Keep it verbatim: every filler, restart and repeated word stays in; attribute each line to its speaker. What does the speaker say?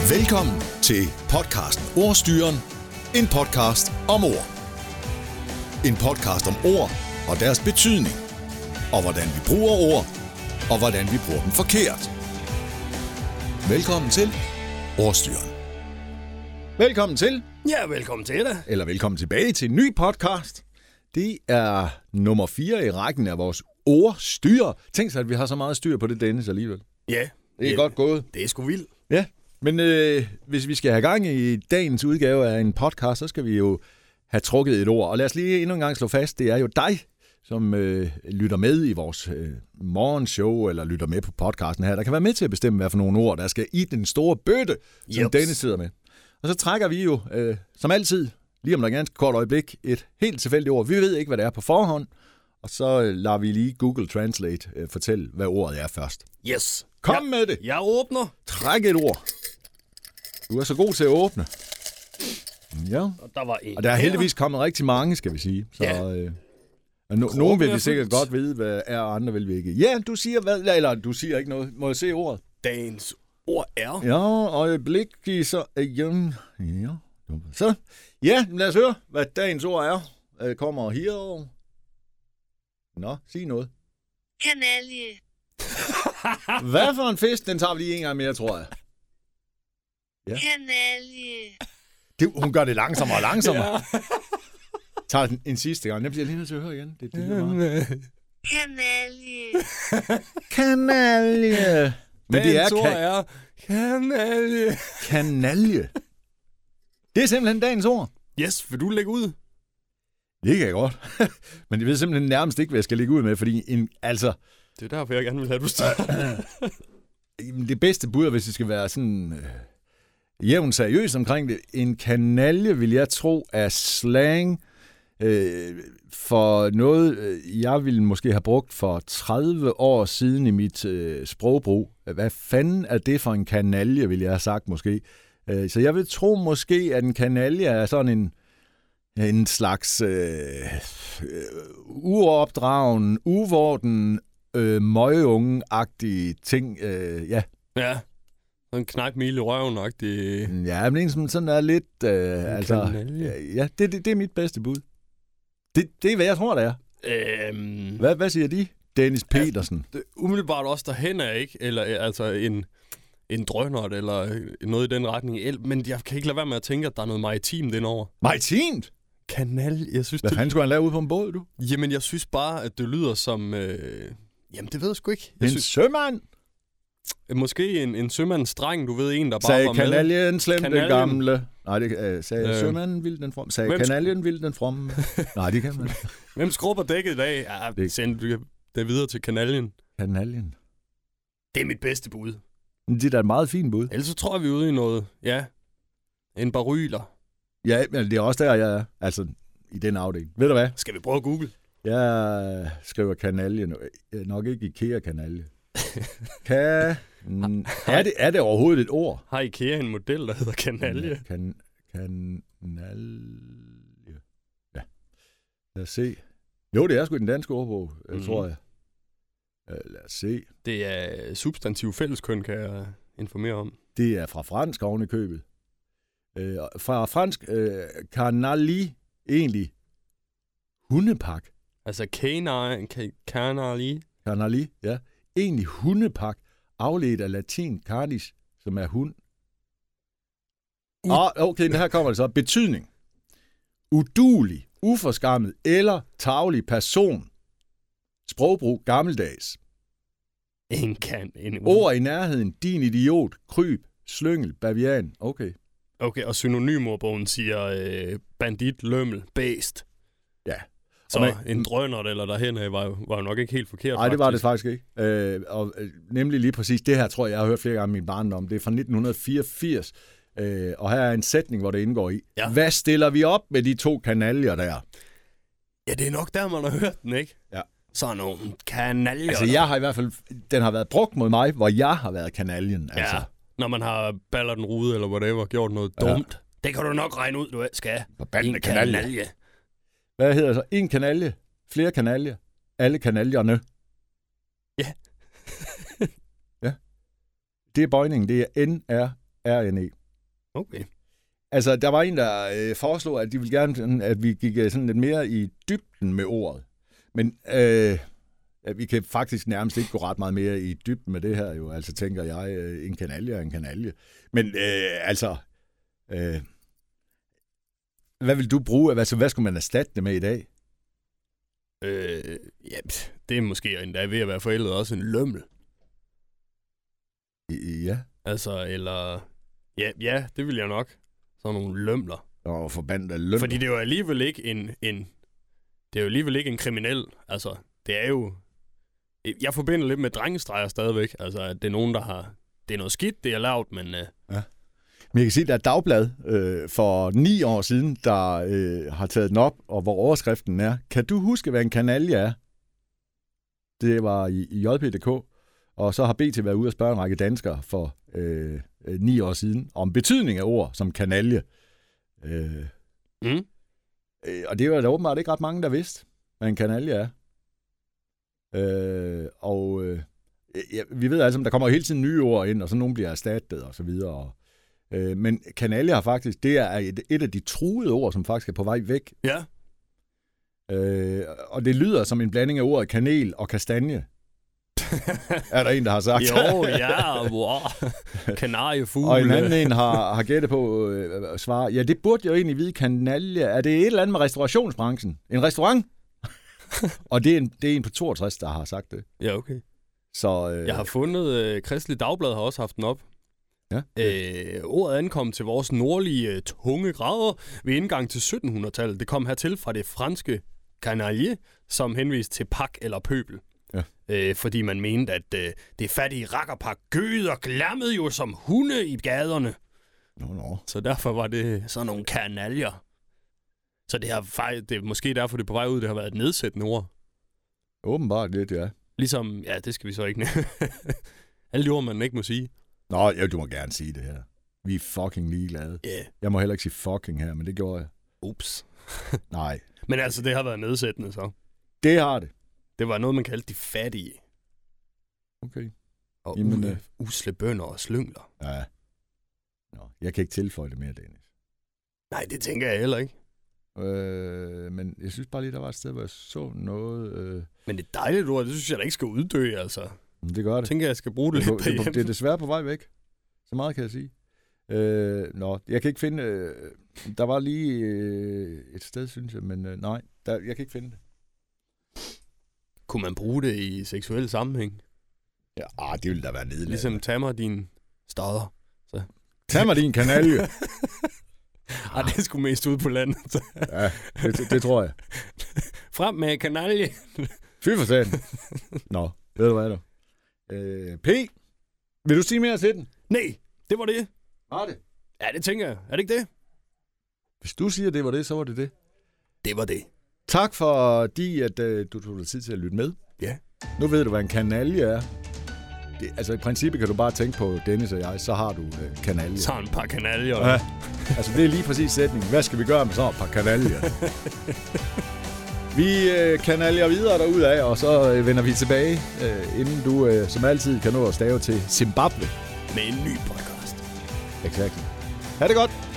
Speaker 1: Velkommen til podcasten Ordstyren. En podcast om ord. En podcast om ord og deres betydning. Og hvordan vi bruger ord, og hvordan vi bruger dem forkert. Velkommen til Ordstyren. Velkommen til.
Speaker 2: Ja, velkommen til dig.
Speaker 1: Eller velkommen tilbage til en ny podcast. Det er nummer fire i rækken af vores ordstyre. Tænk sig, at vi har så meget styr på det, Dennis, alligevel.
Speaker 2: Ja.
Speaker 1: Det er
Speaker 2: ja,
Speaker 1: godt gået.
Speaker 2: Det er sgu vildt.
Speaker 1: Ja, men øh, hvis vi skal have gang i dagens udgave af en podcast, så skal vi jo have trukket et ord. Og lad os lige endnu en gang slå fast, det er jo dig, som øh, lytter med i vores øh, morgenshow, eller lytter med på podcasten her, der kan være med til at bestemme, hvad for nogle ord, der skal i den store bøtte, som
Speaker 2: Jeps.
Speaker 1: Dennis sidder med. Og så trækker vi jo, øh, som altid, lige om der er ganske kort øjeblik, et helt tilfældigt ord. Vi ved ikke, hvad det er på forhånd, og så øh, lader vi lige Google Translate øh, fortælle, hvad ordet er først.
Speaker 2: Yes.
Speaker 1: Kom
Speaker 2: ja,
Speaker 1: med det!
Speaker 2: Jeg åbner.
Speaker 1: Træk et ord. Du er så god til at åbne. Ja.
Speaker 2: Og der var en.
Speaker 1: Og der er heldigvis kommet rigtig mange, skal vi sige. Så,
Speaker 2: Ja.
Speaker 1: øh, no- nogen vil vi sikkert godt vide, hvad er, og andre vil vi ikke. Ja, du siger hvad? Eller du siger ikke noget. Må jeg se ordet?
Speaker 2: Dagens ord er...
Speaker 1: Ja, øjeblik i så... Igen. Ja. Så. Ja, lad os høre, hvad dagens ord er. Øh, kommer her. Nå, sig noget.
Speaker 3: Kanalje.
Speaker 1: Hvad for en fisk? Den tager vi lige en gang mere, tror jeg. Ja.
Speaker 3: Kanalje.
Speaker 1: Det, hun gør det langsommere og langsommere.
Speaker 2: Ja.
Speaker 1: Tager den en sidste gang. Den bliver lige nødt til at høre igen. Det, det er meget.
Speaker 3: Kanalje.
Speaker 1: Kanalje. Men det er,
Speaker 2: Dagens ord
Speaker 1: ka-
Speaker 2: er... Kanalje.
Speaker 1: kanalje. Det er simpelthen dagens ord.
Speaker 2: Yes, vil du lægge ud?
Speaker 1: Det kan jeg godt. Men jeg ved simpelthen nærmest ikke, hvad jeg skal lægge ud med, fordi en, altså,
Speaker 2: Det er derfor, jeg gerne vil have, at du starter.
Speaker 1: det bedste bud, hvis det skal være sådan øh, jævnt seriøst omkring det, en kanalje, vil jeg tro, er slang øh, for noget, øh, jeg ville måske have brugt for tredive år siden i mit øh, sprogbrug. Hvad fanden er det for en kanalje, vil jeg have sagt måske. Øh, så jeg vil tro måske, at en kanalje er sådan en En slags øh, øh, uopdragen, uvorten, øh, møgeunge-agtig ting. Øh, ja.
Speaker 2: Ja. Sådan en knækmil i røven-agtig...
Speaker 1: ja, men en som sådan er lidt... Øh, altså,
Speaker 2: kanalje.
Speaker 1: ja, det, det, det er mit bedste bud. Det, det er, hvad jeg tror, det er.
Speaker 2: Øhm,
Speaker 1: Hvad, hvad siger de? Dennis Petersen.
Speaker 2: det, umiddelbart også derhen er ikke, eller øh, altså en... en drønnert eller noget i den retning. El- Men jeg kan ikke lade være med at tænke, at der er noget maritimt indover.
Speaker 1: Maritimt?
Speaker 2: Kanal, jeg synes,
Speaker 1: Hvad
Speaker 2: det...
Speaker 1: fanden skulle han lave ude på en båd, du?
Speaker 2: Jamen, jeg synes bare, at det lyder som... Øh... Jamen, det ved jeg sgu ikke. Jeg
Speaker 1: En
Speaker 2: synes,
Speaker 1: sømand?
Speaker 2: måske en, en sømandsdreng, du ved, en, der bare
Speaker 1: Sagde
Speaker 2: var med.
Speaker 1: kanaljen slem den
Speaker 2: Kanaljen.
Speaker 1: gamle. Nej, det øh, sagde
Speaker 2: Øh.
Speaker 1: sømanden vil den from. Sagde
Speaker 2: Hvem sk-
Speaker 1: kanaljen vil den from. Nej, det kan man.
Speaker 2: Hvem skrubber dækket i dag? Ja,
Speaker 1: Det-
Speaker 2: send det videre til kanaljen.
Speaker 1: Kanaljen.
Speaker 2: Det er mit bedste bud.
Speaker 1: Det er da et meget fint bud.
Speaker 2: Ellers så tror jeg, vi er ude i noget. Ja. En baryler.
Speaker 1: Ja, men det er også der, jeg er. Altså, i den afdeling. Ved du hvad?
Speaker 2: Skal vi prøve at google?
Speaker 1: Jeg skriver kanalje. Nok ikke IKEA-kanalje. Kan... Er det, er det overhovedet et ord?
Speaker 2: Har IKEA en model, der hedder kanalje?
Speaker 1: Kan... Kanalje. Ja. Lad os se. Jo, det er sgu i den danske ordbog, mm-hmm. tror jeg. Uh, lad os se.
Speaker 2: Det er substantiv fælleskøn, kan jeg informere om.
Speaker 1: Det er fra fransk oven i købet. Uh, fra fransk, uh, kanali, egentlig hundepak.
Speaker 2: Altså canine, ka- canali.
Speaker 1: Kanali, ja. Egentlig hundepak, afledt af latin canis, som er hund.
Speaker 2: U-
Speaker 1: Ah, okay, her kommer det så. Betydning. Uduelig, uforskammet eller tarvelig person. Sprogbrug gammeldags.
Speaker 2: En kan. En
Speaker 1: Ord i nærheden. Din idiot, kryb, slyngel, bavian. Okay.
Speaker 2: Okay, og synonymordbogen siger øh, bandit, lømmel, bæst.
Speaker 1: Ja.
Speaker 2: Så
Speaker 1: man-
Speaker 2: en drønnert eller derhen af var jo, var jo nok ikke helt forkert.
Speaker 1: Nej, det var det faktisk ikke. Øh, og øh, nemlig lige præcis det her, tror jeg, jeg har hørt flere gange i min barndom. Det er fra nitten fireogfirs. Øh, og her er en sætning, hvor det indgår i.
Speaker 2: Ja.
Speaker 1: Hvad stiller vi op med de to kanaljer der?
Speaker 2: Ja, det er nok der, man har hørt den, ikke?
Speaker 1: Ja.
Speaker 2: Sådan nogle kanaljer.
Speaker 1: Altså, jeg har i hvert fald... Den har været brugt mod mig, hvor jeg har været kanaljen. Altså.
Speaker 2: Ja, når man har ballert den rude eller whatever, gjort noget
Speaker 1: Ja.
Speaker 2: dumt. Det kan du nok regne ud, du skal.
Speaker 1: Forbandede
Speaker 2: En
Speaker 1: kanalje.
Speaker 2: kanalje.
Speaker 1: Hvad hedder så? En kanalje. Flere kanaljer. Alle kanaljerne.
Speaker 2: Ja.
Speaker 1: ja. Det er bøjningen. Det er N R R N E.
Speaker 2: Okay.
Speaker 1: Altså, der var en, der øh, foreslog, at de ville gerne, at vi gik øh, sådan lidt mere i dybden med ordet. Men øh, ja, vi kan faktisk nærmest ikke gå ret meget mere i dybden med det her, jo. Altså, tænker jeg, øh, en kanalje er en kanalje. Men øh, altså, øh, hvad vil du bruge? Altså, hvad skulle man erstatte det med i dag?
Speaker 2: Øh, ja, det er måske endda ved at være forældet også en lømmel.
Speaker 1: I, ja.
Speaker 2: Altså, eller... Ja, ja, det vil jeg nok. Sådan nogle lømler.
Speaker 1: Og forbandet af lømler.
Speaker 2: Fordi det er jo alligevel ikke en, en... Det er jo alligevel ikke en kriminel. Altså, det er jo... Jeg forbinder lidt med drengestreger stadigvæk. Altså, at det er nogen, der har... Det er noget skidt, det er lavt, men... Øh...
Speaker 1: Ja. Men jeg kan se, at der er et dagblad øh, for ni år siden, der øh, har taget den op, og hvor overskriften er, kan du huske, hvad en kanalje er? Det var i, i J P punktum D K, og så har B T været ude og spørge en række danskere for øh, øh, ni år siden, om betydning af ord som kanalje. Øh,
Speaker 2: Mm.
Speaker 1: øh, og det var der åbenbart ikke ret mange, der vidste, hvad en kanalje er. Øh, og øh, ja, vi ved altså, at der kommer hele tiden nye ord ind, og så nogen bliver erstattet og så videre, og Øh, men kanalje har faktisk, det er et, et af de truede ord, som faktisk er på vej væk.
Speaker 2: Ja.
Speaker 1: Øh, og det lyder som en blanding af ordet kanel og kastanje. Er der en, der har sagt.
Speaker 2: Jo, ja, wow. Kanariefugle.
Speaker 1: Og en anden en har, har gættet på øh, at svare, ja, det burde jo egentlig vide kanalje. Er det et eller andet med restaurationsbranchen? En restaurant? Og det er, en, det er en på toogtres, der har sagt det.
Speaker 2: Ja, okay.
Speaker 1: Så, øh,
Speaker 2: Jeg har fundet, øh, Kristelig Dagblad har også haft den op.
Speaker 1: Ja.
Speaker 2: Øh, ordet ankom til vores nordlige øh, tunge grader ved indgang til syttenhundredetallet. Det kom hertil fra det franske canaille, som henviste til pak eller pøbel.
Speaker 1: Ja.
Speaker 2: Øh, fordi man mente, at øh, det fattige rakkerpak gød og glammede jo som hunde i gaderne.
Speaker 1: Nå, nå.
Speaker 2: Så derfor var det sådan nogle kanaljer. Så det, har, det er måske derfor, det er på vej ud, det har været et nedsættende ord.
Speaker 1: Åbenbart lidt, ja.
Speaker 2: Ligesom, ja, det skal vi så ikke nævne. Alle de ord, man ikke må sige.
Speaker 1: Nå, ja, du må gerne sige det her. Vi er fucking ligeglade.
Speaker 2: Ja. Yeah.
Speaker 1: Jeg må heller ikke sige fucking her, men det gjorde jeg.
Speaker 2: Ups.
Speaker 1: Nej.
Speaker 2: Men altså, det har været nedsættende så.
Speaker 1: Det har det.
Speaker 2: Det var noget, man kaldte de fattige.
Speaker 1: Okay.
Speaker 2: Og
Speaker 1: Jamen,
Speaker 2: u-
Speaker 1: øh.
Speaker 2: usle bønder og slyngler.
Speaker 1: Ja. Nå, jeg kan ikke tilføje det mere, Dennis.
Speaker 2: Nej, det tænker jeg heller ikke.
Speaker 1: Øh, men jeg synes bare lige, der var et sted, hvor jeg så noget. Øh...
Speaker 2: Men det er dejligt ord, det synes jeg da ikke skal uddø, altså.
Speaker 1: Det gør det.
Speaker 2: Jeg tænker, jeg skal bruge det,
Speaker 1: det,
Speaker 2: lidt
Speaker 1: det, det,
Speaker 2: derhjemme.
Speaker 1: det er desværre på vej væk. Så meget kan jeg sige. Øh, nå, jeg kan ikke finde... Øh, der var lige øh, et sted, synes jeg, men øh, nej, der, jeg kan ikke finde det.
Speaker 2: Kunne man bruge det i seksuel sammenhæng?
Speaker 1: Ja, ah, det ville da være nedladende.
Speaker 2: Ligesom tag mig din stodder. Så.
Speaker 1: Tag mig din kanalje.
Speaker 2: Ej, det er sgu mest ude på landet.
Speaker 1: Ja, det, det, det tror jeg.
Speaker 2: Frem med kanalje.
Speaker 1: Fy for satan. Nå, ved du hvad, du? Øh, P, vil du sige mere til den?
Speaker 2: Nej, det var det.
Speaker 1: Har det?
Speaker 2: Ja, det tænker jeg. Er det ikke det?
Speaker 1: Hvis du siger, det var det, så var det det.
Speaker 2: Det var det.
Speaker 1: Tak fordi, at øh, du tog dig tid til at lytte med.
Speaker 2: Ja.
Speaker 1: Nu ved du, hvad en kanalje er. Det, altså i princippet kan du bare tænke på Dennis og jeg, så har du øh, kanalje.
Speaker 2: Så en par kanaljer.
Speaker 1: Ja. Altså det er lige præcis sætningen. Hvad skal vi gøre med så et par kanaljer? Vi øh, kanaljer videre derudad, og så øh, vender vi tilbage, øh, inden du øh, som altid kan nå at stave til Zimbabwe.
Speaker 2: Med en ny podcast.
Speaker 1: Exakt. Ha' det godt!